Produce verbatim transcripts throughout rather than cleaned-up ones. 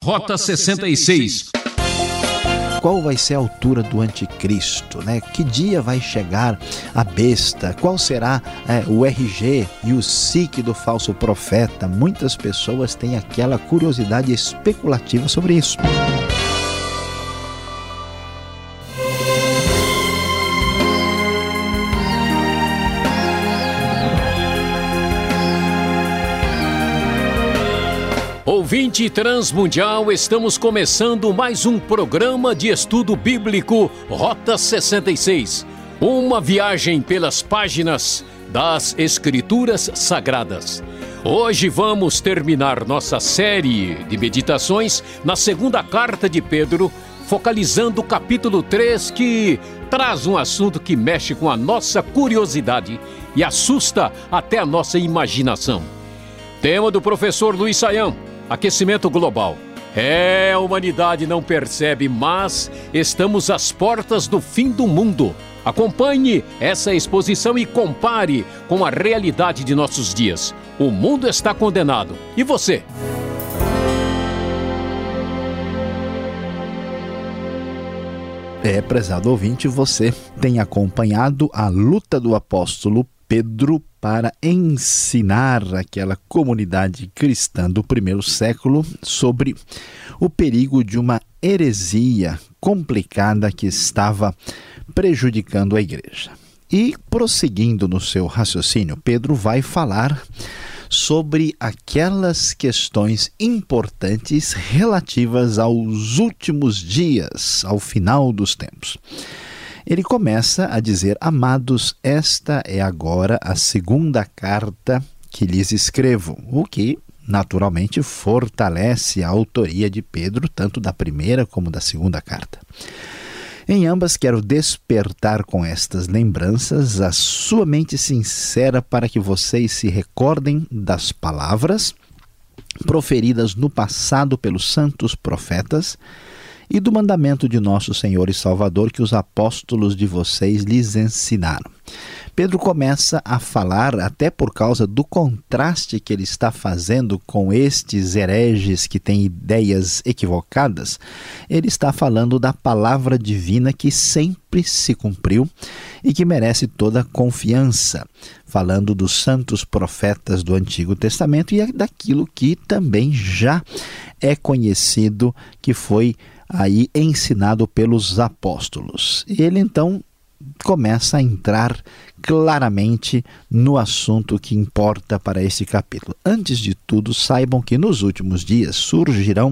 Rota sessenta e seis. Qual vai ser a altura do anticristo, né? Que dia vai chegar a besta? Qual será é, o R G e o S I C do falso profeta? Muitas pessoas têm aquela curiosidade especulativa sobre isso. Ouvinte transmundial, estamos começando mais um programa de estudo bíblico Rota sessenta e seis. Uma viagem pelas páginas das Escrituras Sagradas. Hoje vamos terminar nossa série de meditações na segunda carta de Pedro, focalizando o capítulo três, que traz um assunto que mexe com a nossa curiosidade e assusta até a nossa imaginação. Tema do professor Luiz Saião: aquecimento global. É, a humanidade não percebe, mas estamos às portas do fim do mundo. Acompanhe essa exposição e compare com a realidade de nossos dias. O mundo está condenado. E você? É, prezado ouvinte, você tem acompanhado a luta do apóstolo Pedro para ensinar aquela comunidade cristã do primeiro século sobre o perigo de uma heresia complicada que estava prejudicando a igreja. E, prosseguindo no seu raciocínio, Pedro vai falar sobre aquelas questões importantes relativas aos últimos dias, ao final dos tempos. Ele começa a dizer: amados, esta é agora a segunda carta que lhes escrevo, o que naturalmente fortalece a autoria de Pedro, tanto da primeira como da segunda carta. Em ambas quero despertar com estas lembranças a sua mente sincera para que vocês se recordem das palavras proferidas no passado pelos santos profetas e do mandamento de nosso Senhor e Salvador que os apóstolos de vocês lhes ensinaram. Pedro começa a falar, até por causa do contraste que ele está fazendo com estes hereges que têm ideias equivocadas, ele está falando da palavra divina que sempre se cumpriu e que merece toda a confiança, falando dos santos profetas do Antigo Testamento e daquilo que também já é conhecido, que foi aí ensinado pelos apóstolos. Ele então começa a entrar claramente no assunto que importa para esse capítulo. Antes de tudo, saibam que nos últimos dias surgirão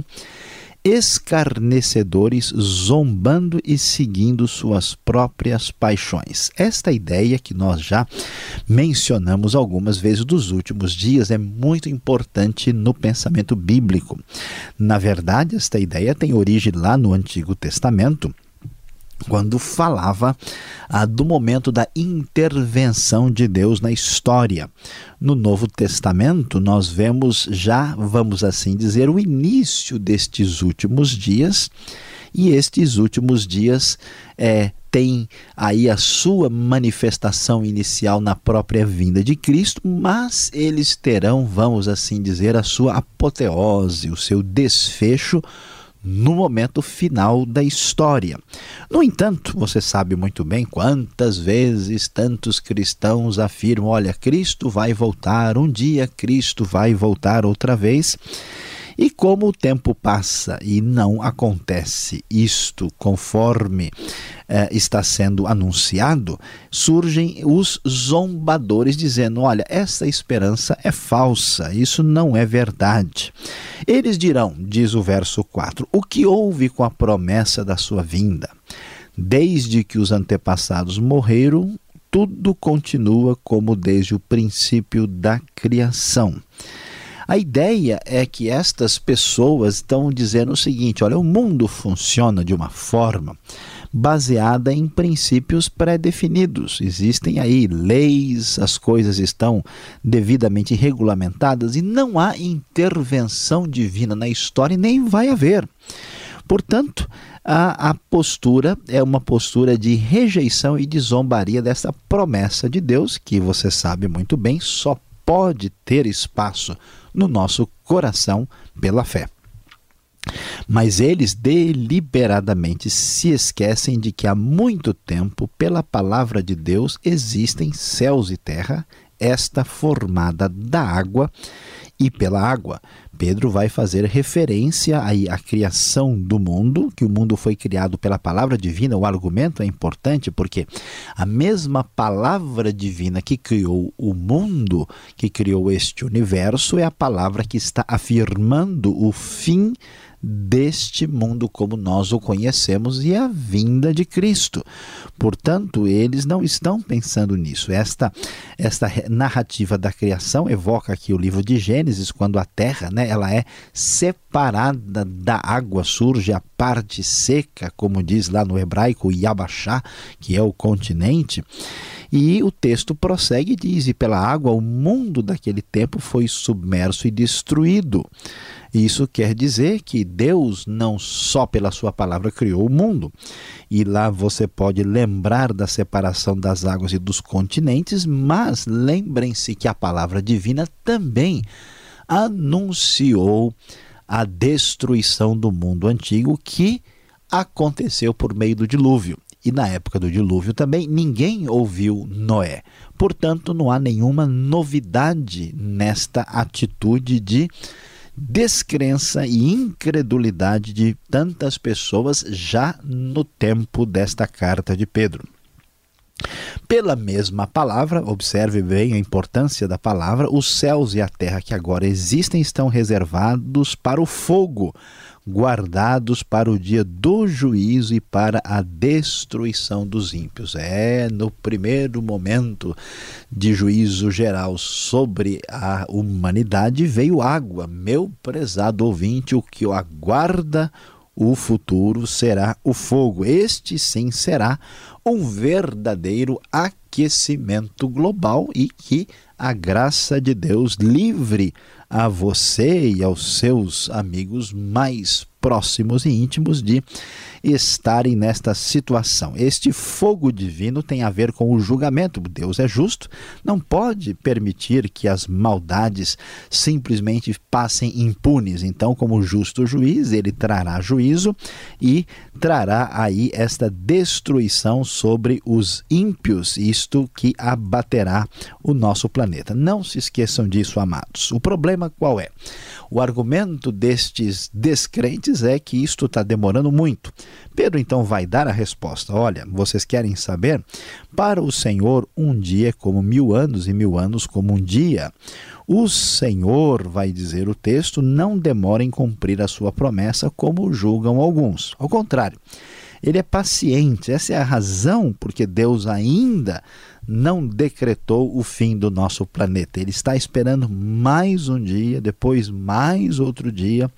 escarnecedores zombando e seguindo suas próprias paixões. Esta ideia que nós já mencionamos algumas vezes dos últimos dias é muito importante no pensamento bíblico. Na verdade, esta ideia tem origem lá no Antigo Testamento, quando falava ah, do momento da intervenção de Deus na história. No Novo Testamento, nós vemos já, vamos assim dizer, o início destes últimos dias, e estes últimos dias é, têm aí a sua manifestação inicial na própria vinda de Cristo, mas eles terão, vamos assim dizer, a sua apoteose, o seu desfecho no momento final da história. No entanto, você sabe muito bem quantas vezes tantos cristãos afirmam: olha, Cristo vai voltar, um dia Cristo vai voltar outra vez. E como o tempo passa e não acontece isto conforme eh, está sendo anunciado, surgem os zombadores dizendo: olha, essa esperança é falsa, isso não é verdade. Eles dirão, diz o verso quatro, o que houve com a promessa da sua vinda? Desde que os antepassados morreram, tudo continua como desde o princípio da criação. A ideia é que estas pessoas estão dizendo o seguinte: olha, o mundo funciona de uma forma baseada em princípios pré-definidos. Existem aí leis, as coisas estão devidamente regulamentadas e não há intervenção divina na história e nem vai haver. Portanto, a, a postura é uma postura de rejeição e de zombaria dessa promessa de Deus, que você sabe muito bem, só pode ter espaço no nosso coração pela fé. Mas eles deliberadamente se esquecem de que há muito tempo, pela palavra de Deus, existem céus e terra, esta formada da água e pela água. Pedro vai fazer referência aí à criação do mundo, que o mundo foi criado pela palavra divina. O argumento é importante porque a mesma palavra divina que criou o mundo, que criou este universo, é a palavra que está afirmando o fim deste mundo como nós o conhecemos e a vinda de Cristo. Portanto, eles não estão pensando nisso. Esta, esta narrativa da criação evoca aqui o livro de Gênesis, quando a terra, né, ela é separada da água, surge a parte seca, como diz lá no hebraico, Yabashá, que é o continente. E o texto prossegue e diz: e pela água o mundo daquele tempo foi submerso e destruído. Isso quer dizer que Deus não só pela sua palavra criou o mundo. E lá você pode lembrar da separação das águas e dos continentes, mas lembrem-se que a palavra divina também anunciou a destruição do mundo antigo, que aconteceu por meio do dilúvio. E na época do dilúvio também ninguém ouviu Noé. Portanto, não há nenhuma novidade nesta atitude de descrença e incredulidade de tantas pessoas já no tempo desta carta de Pedro. Pela mesma palavra, observe bem a importância da palavra, os céus e a terra que agora existem estão reservados para o fogo, guardados para o dia do juízo e para a destruição dos ímpios. É, no primeiro momento de juízo geral sobre a humanidade veio água. Meu prezado ouvinte, o que aguarda o futuro será o fogo. Este sim será um verdadeiro aquecimento global e que a graça de Deus livre a você e aos seus amigos mais próximos e íntimos de estarem nesta situação. Este fogo divino tem a ver com o julgamento. Deus é justo, não pode permitir que as maldades simplesmente passem impunes. Então, como justo juiz, ele trará juízo e trará aí esta destruição sobre os ímpios, isto que abaterá o nosso planeta. Não se esqueçam disso, amados. O problema qual é? O argumento destes descrentes é que isto está demorando muito. Pedro então vai dar a resposta. Olha, vocês querem saber? Para o Senhor um dia é como mil anos e mil anos como um dia. O Senhor, vai dizer o texto, não demora em cumprir a sua promessa como julgam alguns. Ao contrário, ele é paciente. Essa é a razão porque Deus ainda não decretou o fim do nosso planeta. Ele está esperando mais um dia, depois mais outro dia,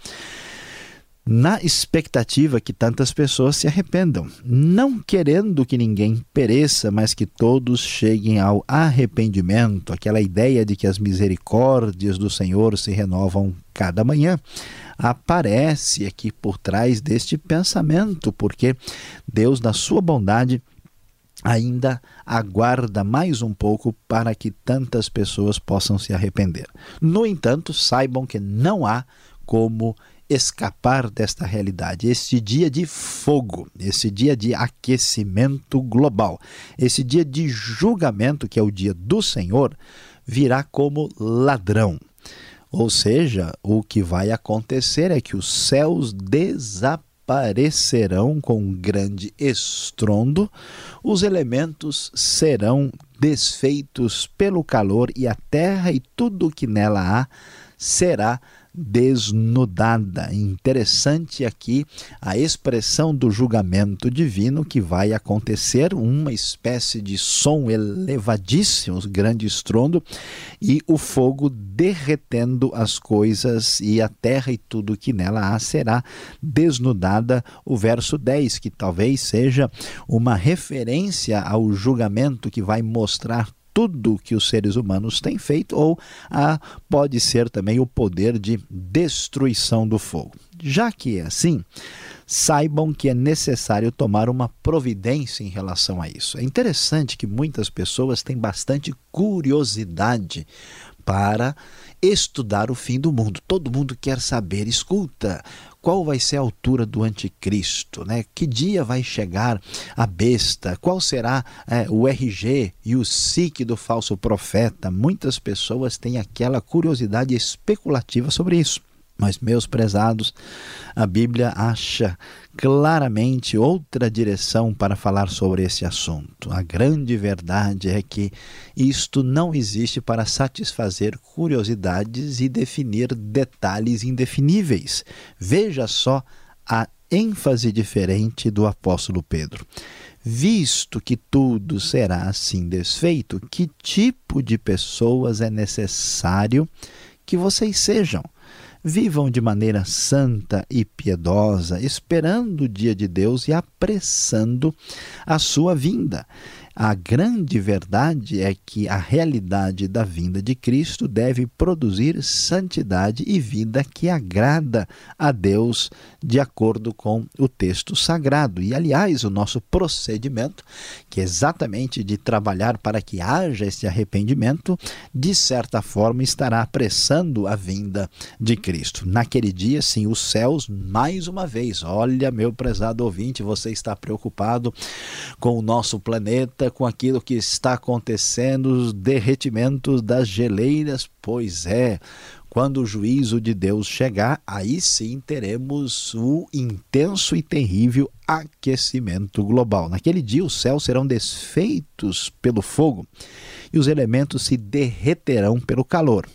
na expectativa que tantas pessoas se arrependam, não querendo que ninguém pereça, mas que todos cheguem ao arrependimento, aquela ideia de que as misericórdias do Senhor se renovam cada manhã, aparece aqui por trás deste pensamento, porque Deus, na sua bondade, ainda aguarda mais um pouco para que tantas pessoas possam se arrepender. No entanto, saibam que não há como escapar desta realidade. Este dia de fogo, esse dia de aquecimento global, esse dia de julgamento, que é o dia do Senhor, virá como ladrão. Ou seja, o que vai acontecer é que os céus desaparecerão com um grande estrondo, os elementos serão desfeitos pelo calor e a terra e tudo o que nela há será desnudada. Interessante aqui a expressão do julgamento divino que vai acontecer, uma espécie de som elevadíssimo, grande estrondo, e o fogo derretendo as coisas, e a terra e tudo que nela há será desnudada. O verso dez, que talvez seja uma referência ao julgamento que vai mostrar tudo que os seres humanos têm feito, ou ah, pode ser também o poder de destruição do fogo. Já que é assim, saibam que é necessário tomar uma providência em relação a isso. É interessante que muitas pessoas têm bastante curiosidade para estudar o fim do mundo. Todo mundo quer saber, escuta, qual vai ser a altura do anticristo, né? Que dia vai chegar a besta? Qual será é, o R G e o S I C do falso profeta? Muitas pessoas têm aquela curiosidade especulativa sobre isso. Mas, meus prezados, a Bíblia acha claramente outra direção para falar sobre esse assunto. A grande verdade é que isto não existe para satisfazer curiosidades e definir detalhes indefiníveis. Veja só a ênfase diferente do apóstolo Pedro. Visto que tudo será assim desfeito, que tipo de pessoas é necessário que vocês sejam? Vivam de maneira santa e piedosa, esperando o dia de Deus e apressando a sua vinda. A grande verdade é que a realidade da vinda de Cristo deve produzir santidade e vida que agrada a Deus de acordo com o texto sagrado. E, aliás, o nosso procedimento, que é exatamente de trabalhar para que haja esse arrependimento, de certa forma estará apressando a vinda de Cristo. Naquele dia, sim, os céus, mais uma vez, olha, meu prezado ouvinte, você está preocupado com o nosso planeta, com aquilo que está acontecendo, os derretimentos das geleiras. Pois é, quando o juízo de Deus chegar, aí sim teremos o intenso e terrível aquecimento global. Naquele dia os céus serão desfeitos pelo fogo e os elementos se derreterão pelo calor.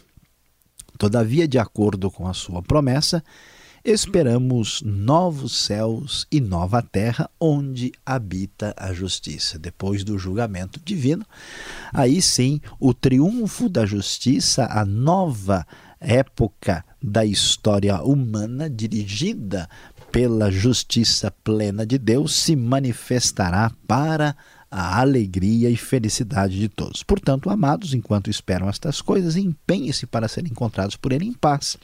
Todavia, de acordo com a sua promessa, esperamos novos céus e nova terra onde habita a justiça. Depois do julgamento divino, aí sim o triunfo da justiça, a nova época da história humana dirigida pela justiça plena de Deus se manifestará para a alegria e felicidade de todos. Portanto, amados, enquanto esperam estas coisas, empenhem-se para serem encontrados por Ele em paz,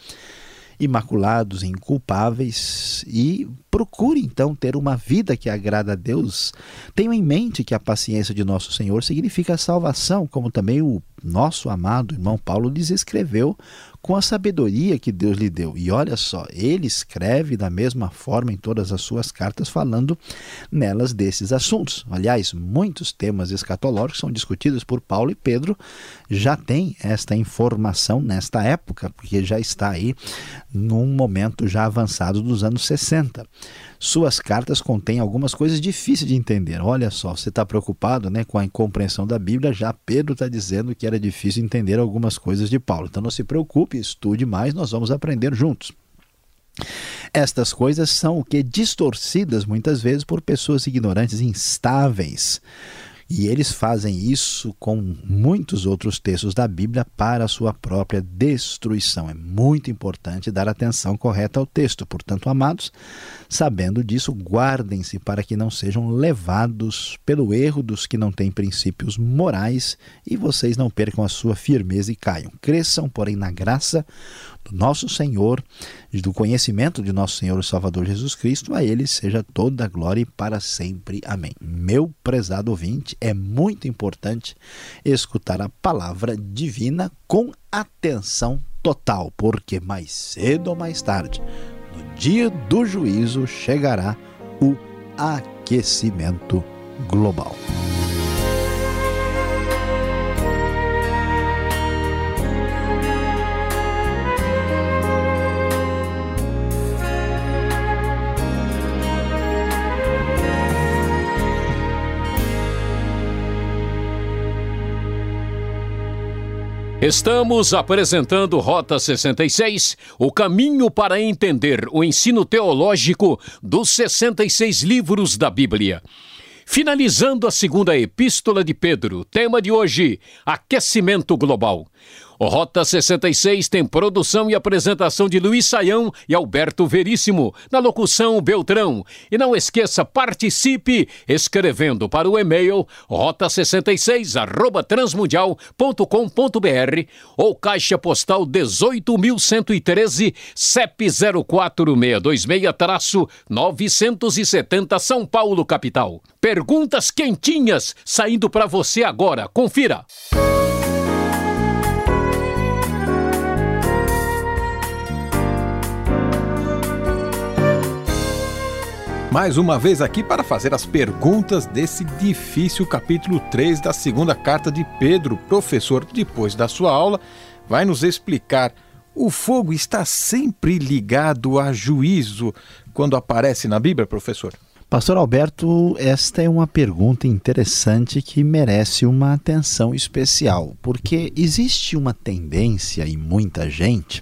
imaculados, inculpáveis, e procure então ter uma vida que agrada a Deus. Tenham em mente que a paciência de nosso Senhor significa a salvação, como também o nosso amado irmão Paulo lhes escreveu com a sabedoria que Deus lhe deu. E olha só, ele escreve da mesma forma em todas as suas cartas, falando nelas desses assuntos. Aliás, muitos temas escatológicos são discutidos por Paulo, e Pedro já tem esta informação nesta época, porque já está aí num momento já avançado dos anos sessenta. Suas cartas contêm algumas coisas difíceis de entender. Olha só, você está preocupado, né, com a incompreensão da Bíblia, já Pedro está dizendo que era difícil entender algumas coisas de Paulo. Então não se preocupe, estude mais, nós vamos aprender juntos. Estas coisas são o que? Distorcidas muitas vezes por pessoas ignorantes e instáveis. E eles fazem isso com muitos outros textos da Bíblia para a sua própria destruição. É muito importante dar atenção correta ao texto. Portanto, amados, sabendo disso, guardem-se para que não sejam levados pelo erro dos que não têm princípios morais e vocês não percam a sua firmeza e caiam. Cresçam, porém, na graça do nosso Senhor, do conhecimento de nosso Senhor e Salvador Jesus Cristo. A Ele seja toda a glória e para sempre. Amém. Meu prezado ouvinte, é muito importante escutar a palavra divina com atenção total, porque mais cedo ou mais tarde, no dia do juízo, chegará o aquecimento global. Estamos apresentando Rota sessenta e seis, o caminho para entender o ensino teológico dos sessenta e seis livros da Bíblia. Finalizando a segunda epístola de Pedro, tema de hoje, aquecimento global. O Rota sessenta e seis tem produção e apresentação de Luiz Saião e Alberto Veríssimo, na locução Beltrão. E não esqueça, participe escrevendo para o e-mail rota sessenta e seis arroba transmundial ponto com ponto br ou caixa postal dezoito mil cento e treze, C E P zero quatro seis dois seis novecentos e setenta, São Paulo, capital. Perguntas quentinhas saindo para você agora. Confira. mais uma vez aqui para fazer as perguntas desse difícil capítulo três da segunda carta de Pedro. Professor, depois da sua aula, vai nos explicar: o fogo está sempre ligado a juízo quando aparece na Bíblia, professor? Pastor Alberto, esta é uma pergunta interessante que merece uma atenção especial, porque existe uma tendência em muita gente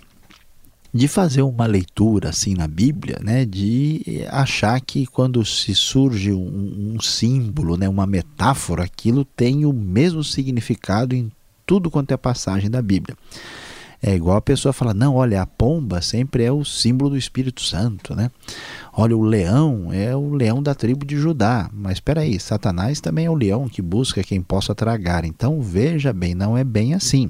de fazer uma leitura assim na Bíblia, né, de achar que quando se surge um, um símbolo, né, uma metáfora, aquilo tem o mesmo significado em tudo quanto é passagem da Bíblia. É igual a pessoa fala: não, olha, a pomba sempre é o símbolo do Espírito Santo, né? Olha, o leão é o leão da tribo de Judá. Mas espera aí, Satanás também é o leão que busca quem possa tragar. Então veja bem, não é bem assim.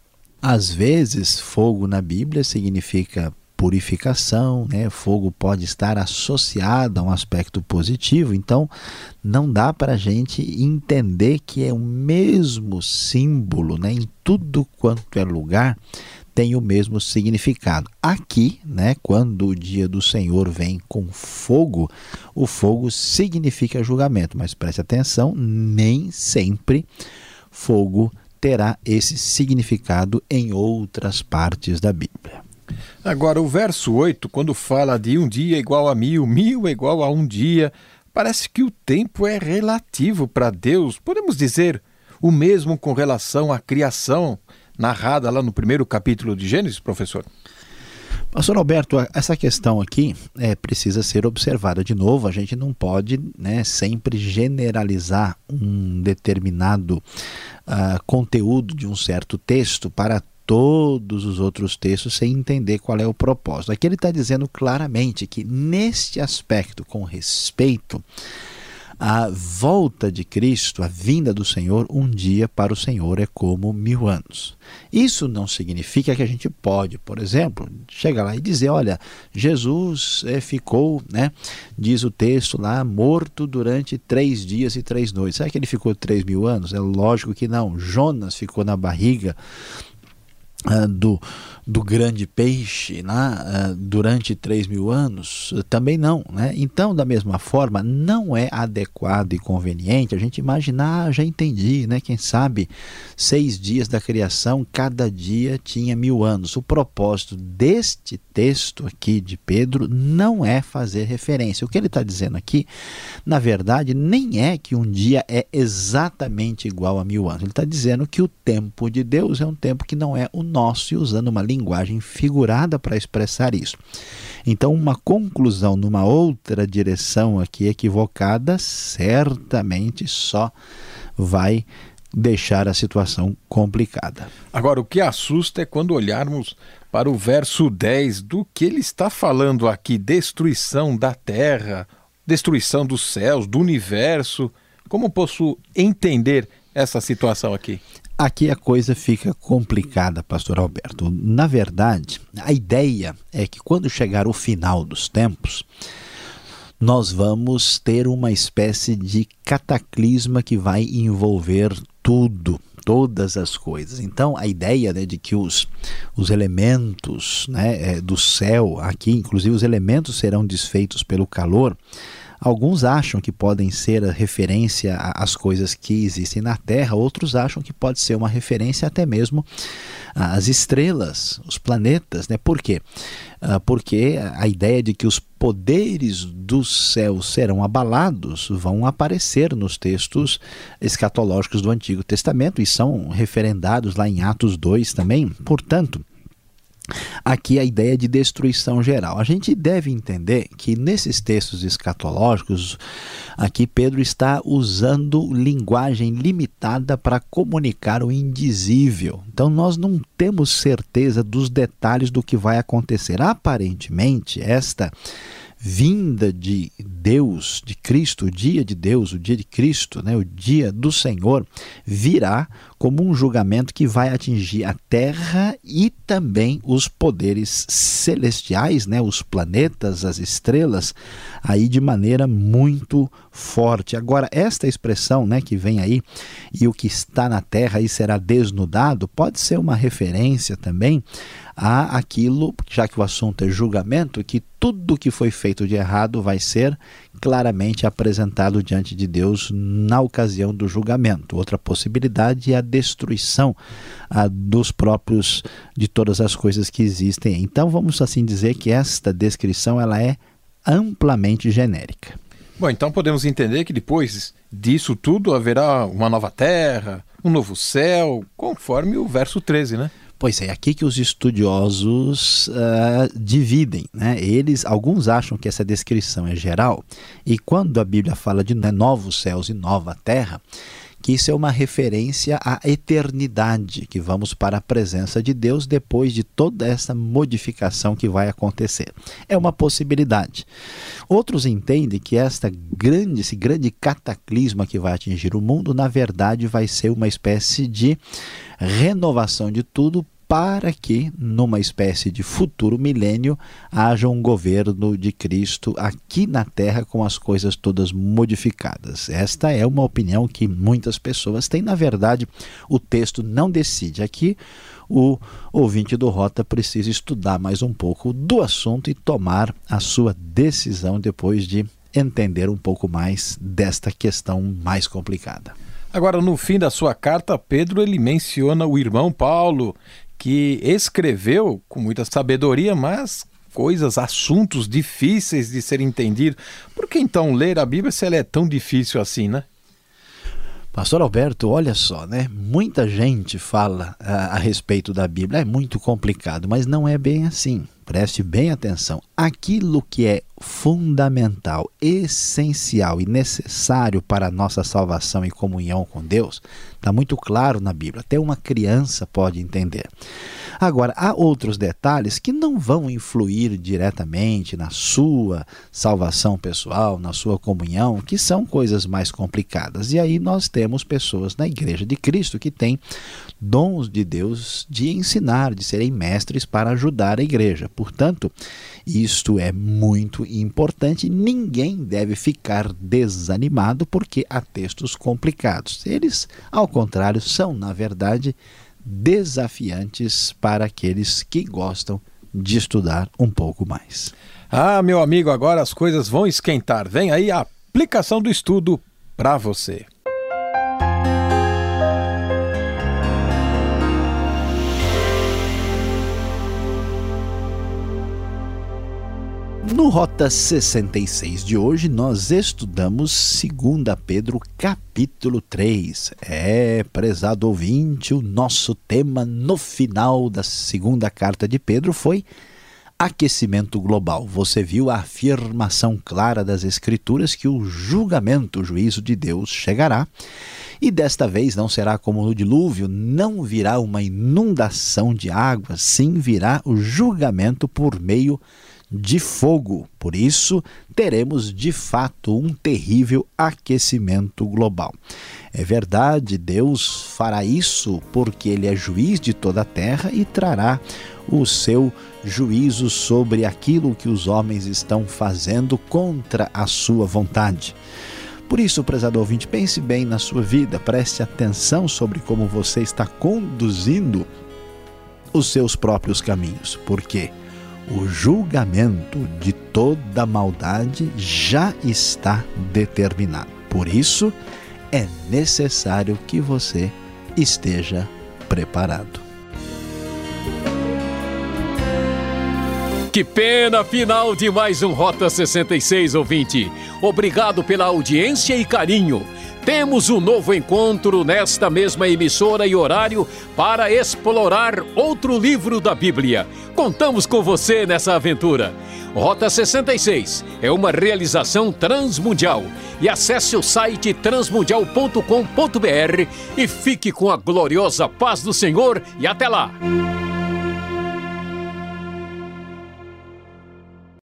Às vezes, fogo na Bíblia significa purificação, né? Fogo pode estar associado a um aspecto positivo. Então não dá para a gente entender que é o mesmo símbolo, né, em tudo quanto é lugar, tem o mesmo significado. Aqui, né, quando o dia do Senhor vem com fogo, o fogo significa julgamento, mas preste atenção, nem sempre fogo terá esse significado em outras partes da Bíblia. Agora, o verso oito, quando fala de um dia igual a mil, mil é igual a um dia, parece que o tempo é relativo para Deus. Podemos dizer o mesmo com relação à criação narrada lá no primeiro capítulo de Gênesis, professor? Pastor Alberto, essa questão aqui é, precisa ser observada de novo. A gente não pode, né, sempre generalizar um determinado uh, conteúdo de um certo texto para todos os outros textos sem entender qual é o propósito. Aqui ele está dizendo claramente que neste aspecto, com respeito à volta de Cristo, a vinda do Senhor, um dia para o Senhor é como mil anos. Isso não significa que a gente pode, por exemplo, chegar lá e dizer: olha, Jesus é, ficou, né, diz o texto lá, morto durante três dias e três noites. Será que ele ficou três mil anos? É lógico que não. Jonas ficou na barriga Uh, do, do grande peixe, né? uh, durante três mil anos? Uh, também não, né? Então, da mesma forma, não é adequado e conveniente a gente imaginar: ah, já entendi, né? Quem sabe seis dias da criação, cada dia tinha mil anos. O propósito deste texto aqui de Pedro não é fazer referência. O que ele está dizendo aqui, na verdade, nem é que um dia é exatamente igual a mil anos. Ele está dizendo que o tempo de Deus é um tempo que não é o nosso, e usando uma linguagem figurada para expressar isso. Então, uma conclusão numa outra direção aqui equivocada certamente só vai deixar a situação complicada. Agora, o que assusta é quando olharmos para o verso dez, do que ele está falando aqui: destruição da terra, destruição dos céus, do universo. Como posso entender essa situação aqui? Aqui a coisa fica complicada, pastor Alberto. Na verdade, a ideia é que quando chegar o final dos tempos, nós vamos ter uma espécie de cataclisma que vai envolver tudo, todas as coisas. Então, a ideia, né, de que os, os elementos, né, é, do céu, aqui, inclusive os elementos serão desfeitos pelo calor. Alguns acham que podem ser a referência às coisas que existem na Terra, outros acham que pode ser uma referência até mesmo às estrelas, os planetas, né? Por quê? Porque a ideia de que os poderes do céu serão abalados vão aparecer nos textos escatológicos do Antigo Testamento e são referendados lá em Atos dois também. Portanto, aqui a ideia de destruição geral. A gente deve entender que nesses textos escatológicos, aqui Pedro está usando linguagem limitada para comunicar o indizível. Então nós não temos certeza dos detalhes do que vai acontecer. Aparentemente, esta vinda de Deus, de Cristo, o dia de Deus, o dia de Cristo, né, o dia do Senhor, virá como um julgamento que vai atingir a terra e também os poderes celestiais, né, os planetas, as estrelas, aí de maneira muito forte. Agora, esta expressão, né, que vem aí, e o que está na terra aí será desnudado, pode ser uma referência também há aquilo, já que o assunto é julgamento, que tudo que foi feito de errado vai ser claramente apresentado diante de Deus na ocasião do julgamento. Outra possibilidade é a destruição ah, dos próprios, de todas as coisas que existem. Então vamos assim dizer que esta descrição ela é amplamente genérica. Bom, então podemos entender que depois disso tudo haverá uma nova terra, um novo céu, conforme o verso treze, né? Pois é, aqui que os estudiosos uh, dividem, né? Eles, alguns acham que essa descrição é geral, e quando a Bíblia fala de né, novos céus e nova terra, que isso é uma referência à eternidade, que vamos para a presença de Deus depois de toda essa modificação que vai acontecer. É uma possibilidade. Outros entendem que esta grande, esse grande cataclisma que vai atingir o mundo, na verdade, vai ser uma espécie de renovação de tudo, para que, numa espécie de futuro milênio, haja um governo de Cristo aqui na Terra com as coisas todas modificadas. Esta é uma opinião que muitas pessoas têm. Na verdade, o texto não decide. Aqui, o ouvinte do Rota precisa estudar mais um pouco do assunto e tomar a sua decisão depois de entender um pouco mais desta questão mais complicada. Agora, no fim da sua carta, Pedro ele menciona o irmão Paulo, que escreveu com muita sabedoria, mas coisas, assuntos difíceis de ser entendido. Por que então ler a Bíblia se ela é tão difícil assim, né? Pastor Alberto, olha só, né? Muita gente fala a, a respeito da Bíblia, é muito complicado, mas não é bem assim. Preste bem atenção. Aquilo que é fundamental, essencial e necessário para a nossa salvação e comunhão com Deus, está muito claro na Bíblia. Até uma criança pode entender. Agora, há outros detalhes que não vão influir diretamente na sua salvação pessoal, na sua comunhão, que são coisas mais complicadas. E aí nós temos pessoas na Igreja de Cristo que têm dons de Deus de ensinar, de serem mestres para ajudar a igreja. Portanto, isto é muito importante. Ninguém deve ficar desanimado porque há textos complicados. Eles, ao contrário, são, na verdade, desafiantes para aqueles que gostam de estudar um pouco mais. Ah, meu amigo, agora as coisas vão esquentar. Vem aí a aplicação do estudo para você. No Rota sessenta e seis de hoje, nós estudamos Segunda Pedro, capítulo três. É, prezado ouvinte, o nosso tema no final da segunda carta de Pedro foi aquecimento global. Você viu a afirmação clara das Escrituras que o julgamento, o juízo de Deus chegará. E desta vez não será como no dilúvio, não virá uma inundação de água, sim virá o julgamento por meio de fogo. Por isso, teremos de fato um terrível aquecimento global. É verdade, Deus fará isso porque Ele é juiz de toda a terra e trará o seu juízo sobre aquilo que os homens estão fazendo contra a sua vontade. Por isso, prezado ouvinte, pense bem na sua vida, preste atenção sobre como você está conduzindo os seus próprios caminhos, porque o julgamento de toda maldade já está determinado. Por isso, é necessário que você esteja preparado. Que pena final de mais um Rota sessenta e seis, ouvinte. Obrigado pela audiência e carinho. Temos um novo encontro nesta mesma emissora e horário para explorar outro livro da Bíblia. Contamos com você nessa aventura. Rota sessenta e seis é uma realização transmundial. E acesse o site transmundial ponto com ponto br e fique com a gloriosa paz do Senhor e até lá!